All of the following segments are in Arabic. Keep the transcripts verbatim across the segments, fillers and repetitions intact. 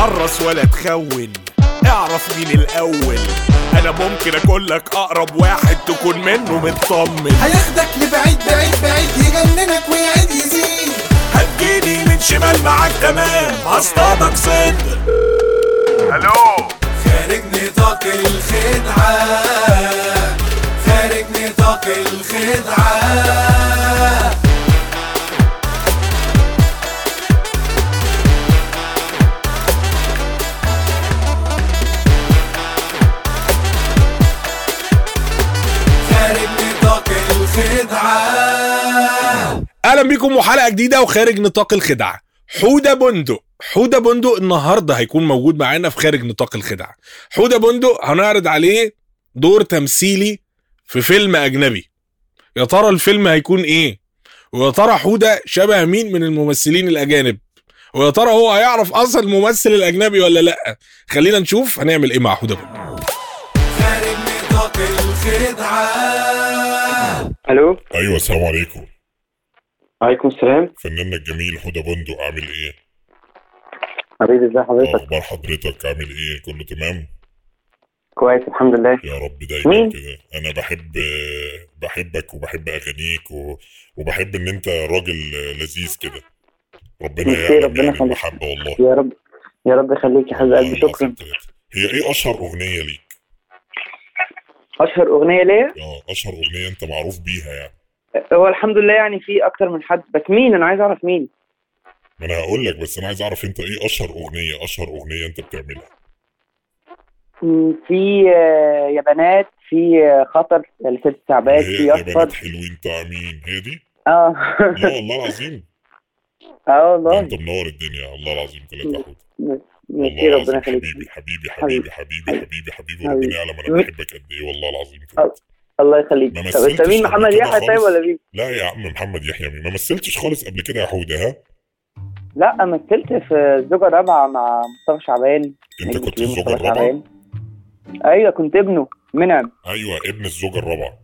تحرص ولا تخون، اعرف مين الاول. انا ممكن اكون لك اقرب واحد تكون منه مطمن. هياخدك لبعيد بعيد بعيد يجننك ويعيد يزيد. هتجيني من شمال معاك تمام، هصطادك صيد. الو، خارج نطاق الخدعة، خارج نطاق الخدعة. اهلا بيكم وحلقه جديده وخارج نطاق الخدعه. حوده بندق حوده بندق النهارده هيكون موجود معانا في خارج نطاق الخدعه. حوده بندق هنعرض عليه دور تمثيلي في فيلم اجنبي. يا ترى الفيلم هيكون ايه؟ ويا ترى حوده شبه مين من الممثلين الاجانب؟ ويا ترى هو هيعرف اصلا الممثل الاجنبي ولا لا؟ خلينا نشوف هنعمل ايه مع حوده بندق. خارج نطاق الخدعه. الو. ايوه السلام عليكم. وعليكم السلام. فناننا الجميل حوده بندق، عامل ايه؟ حبيبي ازي حضرتك؟ اخبار حضرتك عامل ايه؟ كله تمام؟ كويس الحمد لله. يا رب دايما كده. انا بحب بحبك وبحب اغانيك و... وبحب ان انت راجل لذيذ كده. ربنا يعلم يعني المحبه والله. يا رب يا رب يخليك يا حبيب قلبي، شكرا. هي ايه اشهر اغنيه ليك؟ اشهر اغنيه ليا؟ اه اشهر اغنيه انت معروف بيها يعني. هو الحمد لله يعني في اكتر من حد، بس مين؟ انا عايز اعرف مين. ما انا هقول لك، بس انا عايز اعرف انت ايه اشهر اغنيه اشهر اغنيه انت بتعملها. في يا بنات، في خطر لست تعبان، في يا بنات حلوين طعمين، هي دي؟ اه لا والله العظيم. اه والله انت منور الدنيا والله العظيم كلك يا حوده. ميرسي ربنا يخليك. حبيبي حبيبي حبيبي حبيبي حبيبي حبيبي وربنا يعلم انا بحبك قد ايه والله العظيم كده. الله يخليك. طب انت مين؟ محمد يحيى طيب ولا مين؟ لا يا عم محمد يحيى مين؟ ما مثلتش خالص قبل كده يا حوده. ها لا مثلت في الزوجة الرابعة مع مصطفى شعبان. انت كنت في الزوجة الرابعة؟ ايوه كنت ابنه منعم. ايوه ابن الزوجة الرابعة.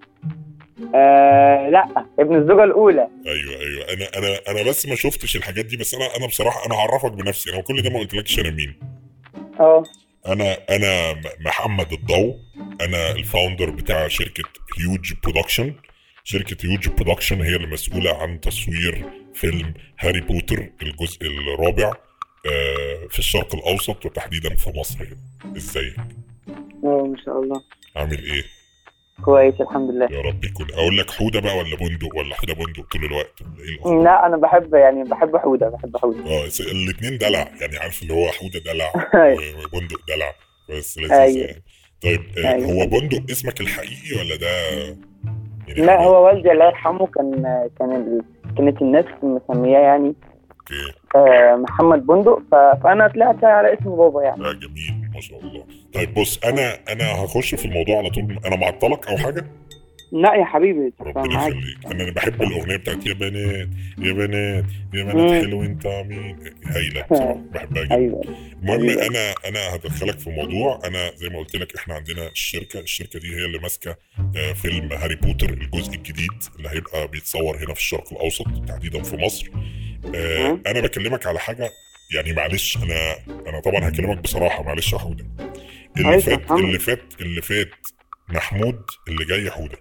آه لا ابن الزوجة الأولى. ايوه ايوه انا انا انا بس ما شفتش الحاجات دي، بس انا انا بصراحة انا هعرفك بنفسي، انا كل ده ما قلتلكش انا مين. اه انا انا محمد الضو، انا الفاوندر بتاع شركة هيوج برودكشن. شركة هيوج برودكشن هي اللي مسؤولة عن تصوير فيلم هاري بوتر الجزء الرابع في الشرق الاوسط وتحديدا في مصر. ازيك؟ اه ما شاء الله. عامل ايه؟ كويس الحمد لله. يا رب يكون. اقول لك حوده بقى ولا بندق ولا حوده بندق طول الوقت ولا ايه الأخبار؟ لا انا بحب يعني بحب حوده بحب حوده. اه الاثنين دلع يعني، عارف اللي هو حوده دلع وبندق دلع، بس لذيذ أيوة. يعني. طيب أيوة. هو بندق اسمك الحقيقي ولا ده يعني؟ لا هو والدي الله يرحمه كان كان ال... كانت الناس مسمياه يعني اوكي آه محمد بندق، ف... فانا طلعت على اسم بابا يعني. لا جميل ما شاء الله. طيب بص انا انا هخش في الموضوع على طول. انا معطلك او حاجه؟ لا يا حبيبي ربنا يخليك. انا بحب الاغنيه بتاعت يا بنات يا بنات يا بنات حلوين طعمين، هايله بصراحه بحبها جدا. ايوه المهم أيوة. انا انا هدخلك في موضوع. انا زي ما قلت لك احنا عندنا الشركه الشركه دي هي اللي ماسكه فيلم هاري بوتر الجزء الجديد اللي هيبقى بيتصور هنا في الشرق الاوسط تحديدا في مصر. انا بكلمك على حاجه يعني، معلش انا انا طبعا هكلمك بصراحه، معلش يا حوده. اللي فات اللي فات اللي فات محمود، اللي جاي حوده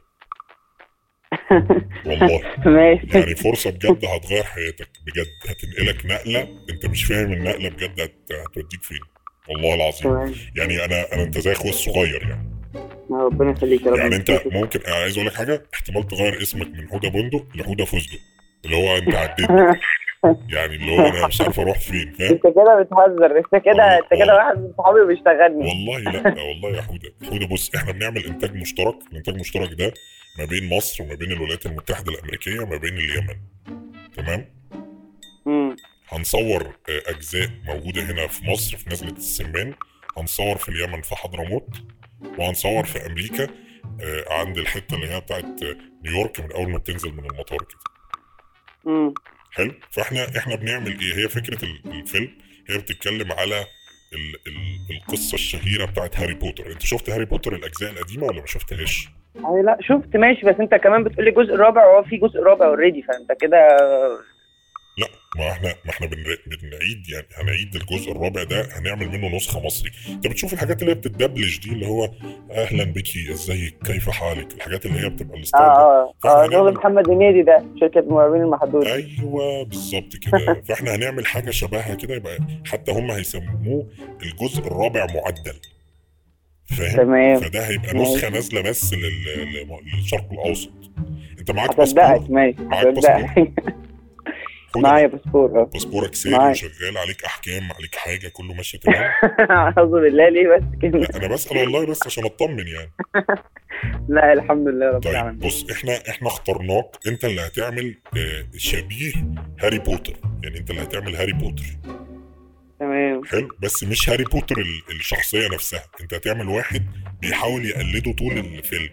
والله. ماشي يعني فرصه بجد هتغير حياتك بجد، هتنقلك نقله انت مش فاهم النقله بجد هتوديك فين والله العظيم. يعني انا انا انت زي اخويا الصغير يعني. ربنا يخليك يا رب. يعني انت ممكن انا عايز اقول لك حاجه، احتمال تغير اسمك من حوده بندق لحوده فستق، اللي هو انت عديت يعني، اللي هو انا مش عارف اروح فين. فاهم؟ انت كده بتهزر، انت كده انت كده واحد من صحابي بيشتغلني والله. لا والله يا حوده حوده بص احنا بنعمل انتاج مشترك. الانتاج المشترك ده ما بين مصر وما بين الولايات المتحده الامريكيه وما بين اليمن. تمام؟ امم هنصور اجزاء موجوده هنا في مصر في نزله السمان، هنصور في اليمن في حضرموت، وهنصور في امريكا عند الحته اللي هي بتاعت نيويورك من اول ما بتنزل من المطار كده. امم حلو. فاحنا احنا بنعمل ايه؟ هي فكره الفيلم هي بتتكلم على ال ال القصه الشهيره بتاعت هاري بوتر. انت شفت هاري بوتر الاجزاء القديمه ولا ما شفتهاش؟ اي لا شفت ماشي، بس انت كمان بتقولي الجزء الرابع وهو في جزء رابع اوريدي، فانت كده لا، ما احنا ما احنا بنر- بنعيد يعني، هنعيد الجزء الرابع ده، هنعمل منه نسخه مصري. انت بتشوف الحاجات اللي هي بتتدبلج دي، اللي هو اهلا بك، ازيك، كيف حالك، الحاجات اللي هي بتبقى اه الستايل ده. اه فاحنا اه شغل هنعمل محمد هنيدي ده، شركة المرعبين المحدود. ايوه بالظبط كده. فاحنا هنعمل حاجه شبهها كده، يبقى حتى هم هيسموه الجزء الرابع معدل، فاهم؟ تمام فده هيبقى ماشي. نسخه نازله بس لل... لل- للشرق الاوسط. انت معاك هصدقك باسبور؟ ماشي معاك باسبور؟ هصدقك. حوده، معايا باسبور اه. باسبورك ساري معايا. وشغال، عليك احكام، عليك حاجه، كله ماشي تمام؟ اعوذ بالله، ليه بس كده؟ لا انا بسال والله بس عشان اطمن يعني. لا الحمد لله رب طيب العالمين. بص، احنا احنا اخترناك انت اللي هتعمل آه، شبيه هاري بوتر، يعني انت اللي هتعمل هاري بوتر. تمام حلو، بس مش هاري بوتر ال- الشخصيه نفسها، انت هتعمل واحد بيحاول يقلده طول الفيلم.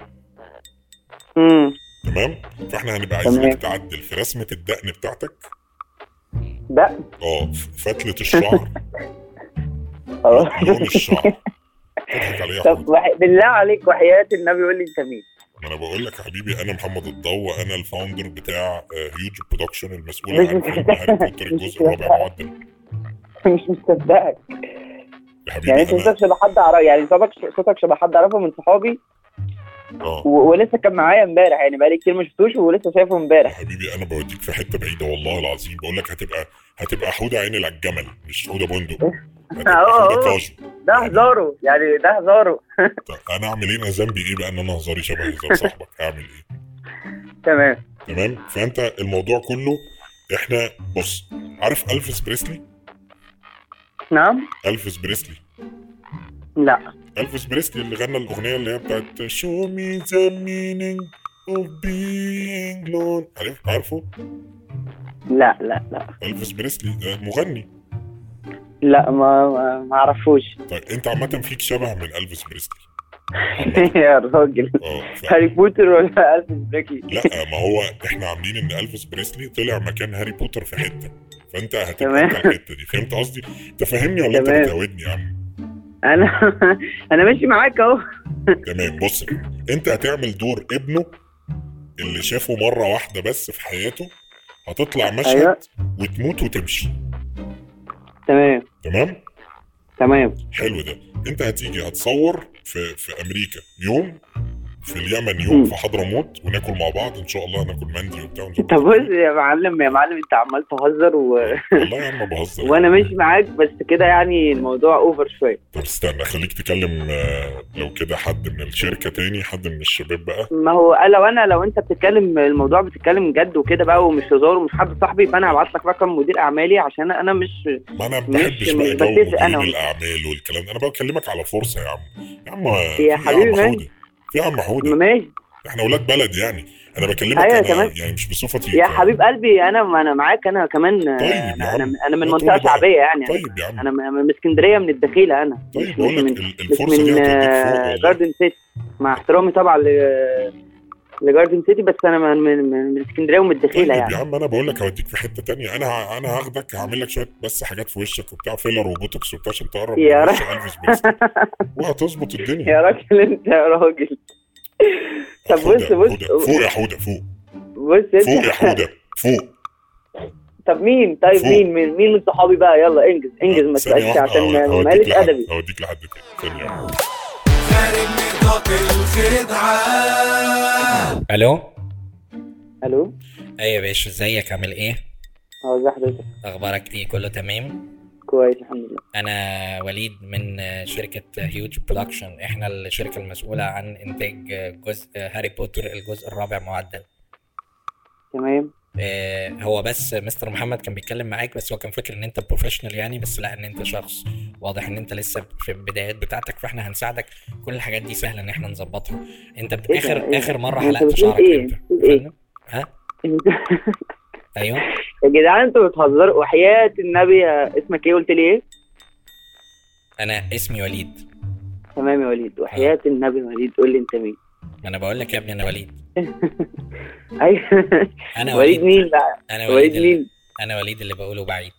امم تمام. فاحنا هنبقى تمام. عايزينك تعدل في رسمه الدقن بتاعتك، ده اه فتله الشعر، خلاص. لون الشعر. تضحك عليا يا طب حوده؟ وح... بالله عليك وحياة النبي قول لي انت مين؟ ما انا بقول لك يا حبيبي، انا محمد الضو، انا الفاوندر بتاع هيوج برودكشن، المسؤول مش عن فيلم هاري بوتر الجزء الرابع معدل. مش مصدقك. يا حبيبي يعني انت انا صوتك شبه حد اعرفه، يعني صوتك صوتك شبه حد اعرفه من صحابي، اه و... ولسه كان معايا امبارح، يعني بقالي كتير ما شفتوش ولسه شايفه يا امبارح. حبيبي انا بوديك في حته بعيده والله العظيم، بقول لك هتبقى هتبقى حوده عين الجمل، مش حوده بندق، هتبقى أهو، حوده أهو. كاجو. ده هزاره يعني، ده هزاره. طب انا اعمل ايه؟ انا ذنبي ايه بقى ان انا هزاري شبه هزار صاحبك؟ اعمل ايه؟ تمام. تمام. فانت الموضوع كله، احنا بص، عارف الفيس بريسلي؟ نعم. الفيس بريسلي لا الفيس بريسلي اللي غنى الاغنيه اللي هي بتاعت show me the meaning of being alone، عارف عارفه؟ لا لا لا الفيس بريسلي ده مغني. لا ما ما ما اعرفوش. طيب انت عامه فيك شبه من الفيس بريسلي. يا راجل، اه ف... هاري بوتر ولا الفيس بريكلي؟ لا ما هو احنا عاملين ان الفيس بريسلي طلع مكان هاري بوتر في حته، فانت هتبقى تمام. انت الحته دي، فهمت قصدي؟ انت فاهمني ولا انت تمام. بتهودني يا عم؟ انا انا ماشي معاك اهو. تمام. بص، انت هتعمل دور ابنه اللي شافه مره واحده بس في حياته، هتطلع مشهد أيوة. وتموت وتمشي. تمام تمام. تمام. حلو ده. انت هتيجي هتصور في في امريكا يوم، في اليمن يوم، مم. في حضرموت، وناكل مع بعض ان شاء الله، ناكل مندي وبتاع ونظبط طب بص الدنيا. يا معلم، يا معلم انت عمال تهزر و... والله يا عم بهزر. وانا ماشي معاك، بس كده يعني الموضوع اوفر شويه. طب استنى خليك تكلم آه، لو كده حد من الشركه تاني، حد من الشباب بقى. ما هو لو انا لو انت بتتكلم الموضوع بتتكلم جد وكده بقى ومش هزار ومش حد صاحبي، فانا هبعت لك رقم مدير اعمالي، عشان انا مش ما انا مش- بحبش مش بقى جو بتفق مديرين أنا. الاعمال والكلام ده، انا بكلمك على فرصه يا عم. يا عم يا في حبيبي عم ماشي. حوده، في عم حوده، ماشي احنا اولاد بلد يعني. انا بكلمك أيوة انا تمام. يعني مش بصفتي يا ك- حبيب قلبي، انا انا معاك، انا كمان. طيب انا يا انا, عم. أنا من لا منطقه تقولي بقى. شعبيه يعني. طيب يا عم. انا من من اسكندريه، من الدخيله انا. طيب مش بقول لك من ال- مش الفرصه دي من هتوديك فوق والله. جاردن سيتي، مع احترامي طبعا ل لجاردن سيتي، بس انا من من, من, من اسكندريه ومن الدخيله طيب يعني. يا عم انا بقول لك هوديك في حته تانية، انا ه- انا هاخدك هعمل لك شويه بس حاجات في وشك وبتاع، فيلر وبوتوكس وبتاع، عشان تقرب من يا وش راجل. الفيس بريسلي وهتظبط الدنيا. يا راجل انت يا راجل. طب بص حودة، بص حودة. فوق يا حوده، فوق بص فوق يا انت. حوده، فوق. طب مين طيب فوق. مين مين مين من صحابي بقى؟ يلا انجز انجز، ما ثانية تسالش واحدة، عشان هو- ما هوديك قالش لحد ادبي. هوديك لحد تاني. ثانية واحدة. خارج نطاق الخدعة. الو. الو. ايوه يا باشا، ازيك؟ عامل ايه؟ اه ازي حضرتك؟ اخبارك ايه؟ كله تمام؟ كويس الحمد لله. انا وليد من شركه هيوج برودكشن، احنا الشركه المسؤوله عن انتاج جزء هاري بوتر الجزء الرابع معدل. تمام. آه، هو بس مستر محمد كان بيتكلم معاك، بس هو كان فاكر ان انت بروفيشنال يعني، بس لا، ان انت شخص واضح ان انت لسه في البدايات بتاعتك، فاحنا هنساعدك. كل الحاجات دي سهله ان احنا نظبطها. انت إيه ده؟ اخر إيه؟ اخر مره أنت حلقت بتقول شعرك إيه؟ امتى؟ بتقول إيه؟ فاهم؟ ها؟ ايوه. يا جدعان انتوا بتهزروا وحياة النبي. اسمك ايه قلت لي ايه؟ انا اسمي وليد. تمام يا وليد، وحياة النبي وليد قول لي انت مين؟ ما انا بقول لك يا ابني انا وليد. ايوه. انا وليد مين بقى؟ انا وليد وليد اللي... مين؟ انا وليد اللي بقوله بعيد.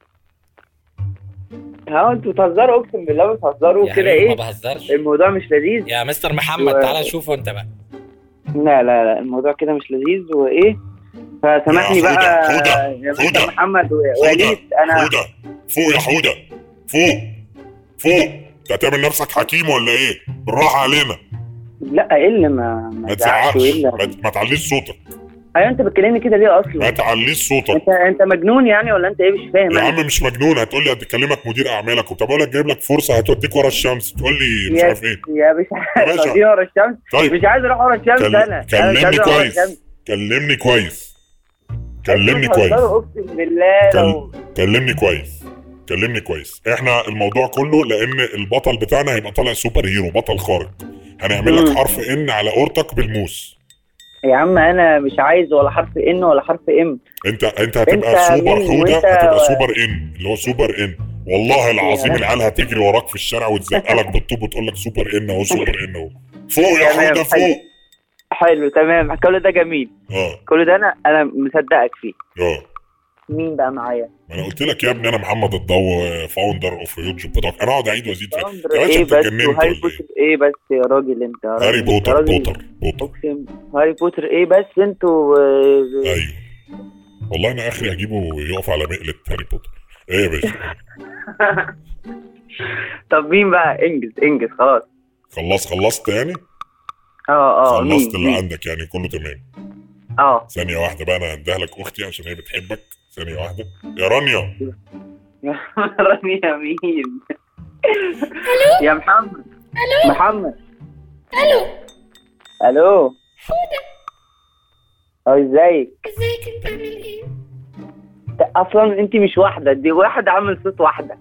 ها انتوا بتهزروا، اقسم بالله بتهزروا يا كده. حبيبي ما ايه بهزرش الموضوع مش لذيذ. يا مستر محمد، و- تعالى شوفه انت بقى. لا لا لا الموضوع كده مش لذيذ وايه. فسامحني يا حودة، بقى حودة، يا حودة، مستر محمد حودة، ووليد. انا حودة فوق يا حودة، فوق فوق. انت هتعمل نفسك حكيم ولا ايه؟ بالراحة علينا، لا ايه اللي ما ما ما تزعقش وايه تزعقش، اللي ما- ما تعليش صوتك، ايوه انت بتكلمني كده ليه ما اصلا؟ تعليش صوتك. انت انت مجنون يعني ولا انت ايه؟ مش فاهم يا أنا. عم مش مجنون، هتقول لي هتكلمك مدير اعمالك وطب اقول لك جايب لك فرصه هتوديك ورا الشمس تقول لي مش يا عارف ايه. يا مش عايز باشا. اوديني ورا الشمس. طيب مش عايز اروح ورا الشمس. كل... انا أنا مش عايز كلمني أروح ورا كويس، الشمس. كلمني كويس، كلمني أنتوا كويس، بتهزروا اقسم بالله. لو كل... كلمني كويس، كلمني كويس. احنا الموضوع كله لان البطل بتاعنا هيبقى طالع سوبر هيرو، بطل خارق. هنعمل لك مم. حرف ان على اورتك بالموس. يا عم انا مش عايز ولا حرف ان ولا حرف ام. انت انت هتبقى أنت سوبر مين حوده، وأنت- هتبقى سوبر ان اللي هو سوبر ان. والله العظيم يا العيال هتجري وراك في الشارع وتزقلك بالطوب وتقول لك سوبر ان اهو، سوبر ان اهو. فوق يا تمام، حوده فوق. حلو تمام، كل ده جميل. اه كل ده انا انا مصدقك فيه. اه مين بقى معايا؟ ما انا قلت لك يا ابني انا محمد الضو، فاوندر اوف يوتيوب بودكاست. انا اقعد اعيد وازيد فيه. يا باشا ايه انت بس اتجننت وهاري ولا بوتر ايه؟ ايه بس يا راجل انت يا راجل. هاري يا بوتر راجل. بوتر بوتر اقسم هاري بوتر ايه بس انتوا آه، ايوه والله انا اخري هجيبه يقف على مقلة هاري بوتر. ايه يا باشا؟ طب مين بقى؟ انجز انجز خلاص. خلص خلصت يعني؟ اه اه مين خلصت اللي مين؟ عندك يعني كله تمام. اه ثانية واحدة بقى انا هنده لك اختي عشان هي بتحبك. ثانية واحدة يا رانيا. رانيا مين؟ يا محمد. الو محمد. الو الو حودة، اه ازيك؟ ازيك انت عامل ايه؟ اصلا انت مش واحده، دي واحد عامل صوت واحده.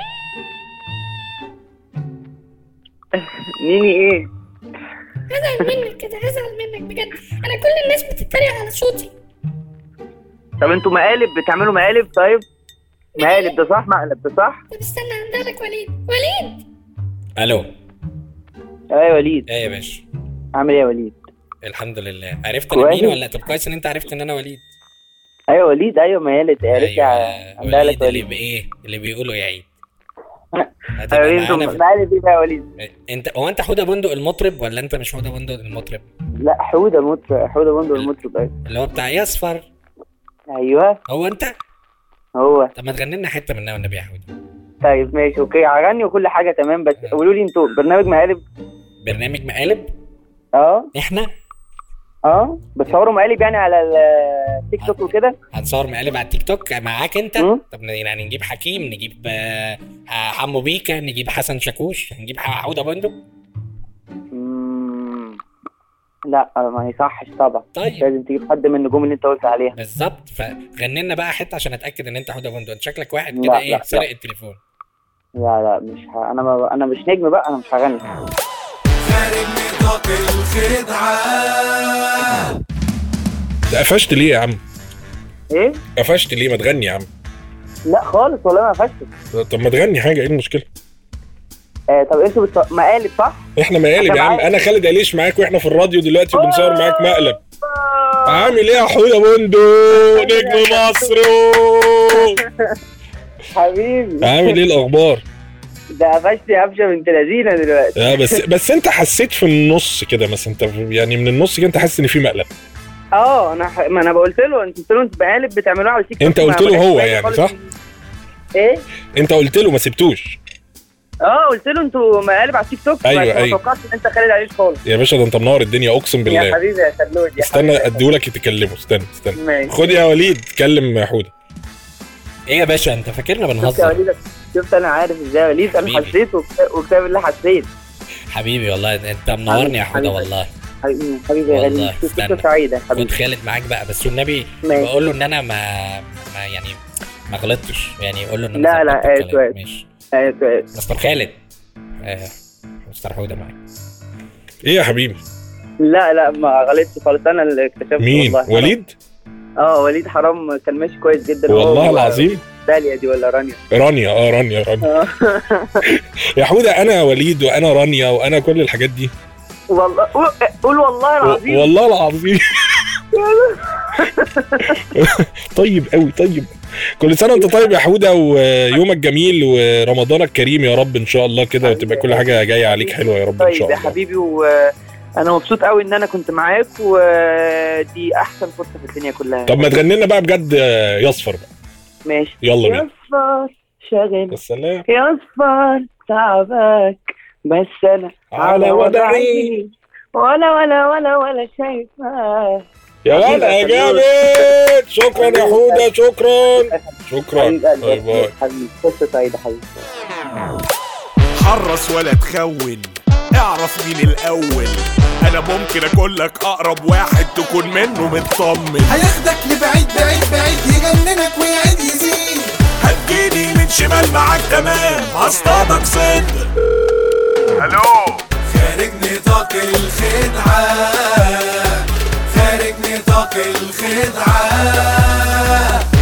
نيني ايه؟ هزعل منك كده، هزعل منك بجد. انا كل الناس بتتريق على صوتي. طب انتوا مقالب بتعملوا مقالب؟ طيب مقالب ده صح؟ مقلب ده صح؟ طب استنى عندك وليد. وليد الو. ايوه يا وليد. ايه يا باشا؟ عامل ايه يا وليد؟ الحمد لله. عرفت انا كويس. مين ولا؟ طب كويس ان انت عرفت ان انا وليد. ايوه وليد، ايوه ما قالت قالت لي ايوه عندها وليد لك اللي وليد. بايه اللي بيقولوا يا عيد. ايوه هتبقى وليد، معانا انتوا في... مقالب ايه بقى يا وليد؟ انت هو انت حوده بندق المطرب ولا انت مش حوده بندق المطرب لا حوده المطرب، حوده بندق المطرب. ايوه اللي هو بتاع يصفر؟ ايوه هو انت؟ هو. طب ما تغني لنا حته منها والنبي يا حوده. طيب ماشي اوكي، هغني وكل حاجه تمام، بس قولوا لي انتوا برنامج مقالب؟ برنامج مقالب؟ اه احنا اه بتصوروا مقالب يعني على التيك توك وكده؟ هنصور مقالب على التيك توك معاك انت؟ مم. طب يعني نجيب حكيم، نجيب آه، حمو بيكا، نجيب حسن شاكوش، نجيب حوده بندق؟ مم. لا ما يصحش طبعا. طيب. لازم تجيب حد من النجوم اللي انت قلت عليها. بالظبط. فغني لنا بقى حته عشان اتاكد ان انت حوده بندق. انت شكلك واحد لا، كده لا، ايه لا. سرق التليفون. لا لا مش ه... انا ما... انا مش نجم بقى، انا مش هغني. خارج نطاق الخدعة. ده قفشت ليه يا عم؟ ايه؟ قفشت ليه؟ ما تغني يا عم. لا خالص والله ما فشت. طب ما تغني حاجه، ايه المشكله؟ آه طب انتوا بت... مقالب صح؟ احنا مقالب يا عم. انا خالد عليش معاك واحنا في الراديو دلوقتي وبنصور معاك مقلب. عامل ايه يا حوده بندق نجم مصر؟ حبيبي عامل ايه الاخبار؟ ده قفشت يا قفشه بنت لذينه دلوقتي. اه بس بس انت حسيت في النص كده مثلا، انت يعني من النص كده انت حاسس ان في مقلب. اه انا ح... ما انا قلت له، انت قلت له انت مقالب بتعملوها على التيك توك. انت قلت ما له هو بقاش يعني خالص. صح؟ ايه؟ انت قلت له ما سبتوش. اه قلت له انتوا مقالب على التيك توك. أيوة، بس ما أيوة. توقعتش ان انت خالد عليش خالص. يا باشا ده انت منور الدنيا اقسم يا بالله. حبيبي يا خلود يا استنى حبيبي. اديهولك تكلمه. استنى استنى ماشي. خد يا وليد كلم حوده. ايه يا باشا انت فاكرنا شفت يا بنهزر؟ وليد؟ شفت انا عارف ازاي يا وليد، انا حبيبي. حسيت وكتاب- وكتاب اللي حسيت. حبيبي والله انت منورني يا حوده حبيبي. والله. حبيبي حبيبي يا والله، غالي، استنى. فرصه سعيده يا خد حبيبي. خالد معاك بقى بس والنبي ماشي. بقول له ان انا ما, ما يعني ما غلطتش يعني. قول له ان انا لا، لا، ظبطت آه، الكلام. سؤال. ماشي آه، آه، مستر خالد. آه مستر حوده معاك. ايه يا حبيبي؟ لا لا ما غلطتش خالص، انا اللي اكتشفت. مين؟ والله وليد؟ اه وليد حرام كان ماشي كويس جدا. والله هو العظيم. داليا دي ولا رانيا؟ رانيا. اه رانيا رانيا. آه. يا حوده انا وليد وانا رانيا وانا كل الحاجات دي. والله قول- قول والله العظيم. و- والله العظيم. طيب قوي طيب. كل سنه وانت طيب يا حوده، ويومك جميل ورمضانك كريم يا رب ان شاء الله كده، وتبقى كل حاجه جايه عليك حلوه يا رب ان طيب شاء يا الله. حبيبي و... انا مبسوط قوي ان انا كنت معاك، ودي احسن فرصه في الدنيا كلها. طب ما تغني لنا بقى بجد يا اصفر بقى. ماشي يلا بينا. يا اصفر شاغل السلام يا اصفر تعبك بس انا على وضعي ولا ولا ولا ولا شايفه يا ولا يا جامد. شكرا يا حودة، شكرا شكرا. باي باي حبيبي. فرصه سعيده حبيبي. حرص ولا تخون، اعرف مين الاول. انا ممكن اكون لك اقرب واحد تكون منه مطمن. هياخدك لبعيد بعيد بعيد يجننك ويعيد يزيد. هتجيني من شمال معاك تمام، هصطادك صد. الو خارج نطاق الخدعة، خارج نطاق الخدعة.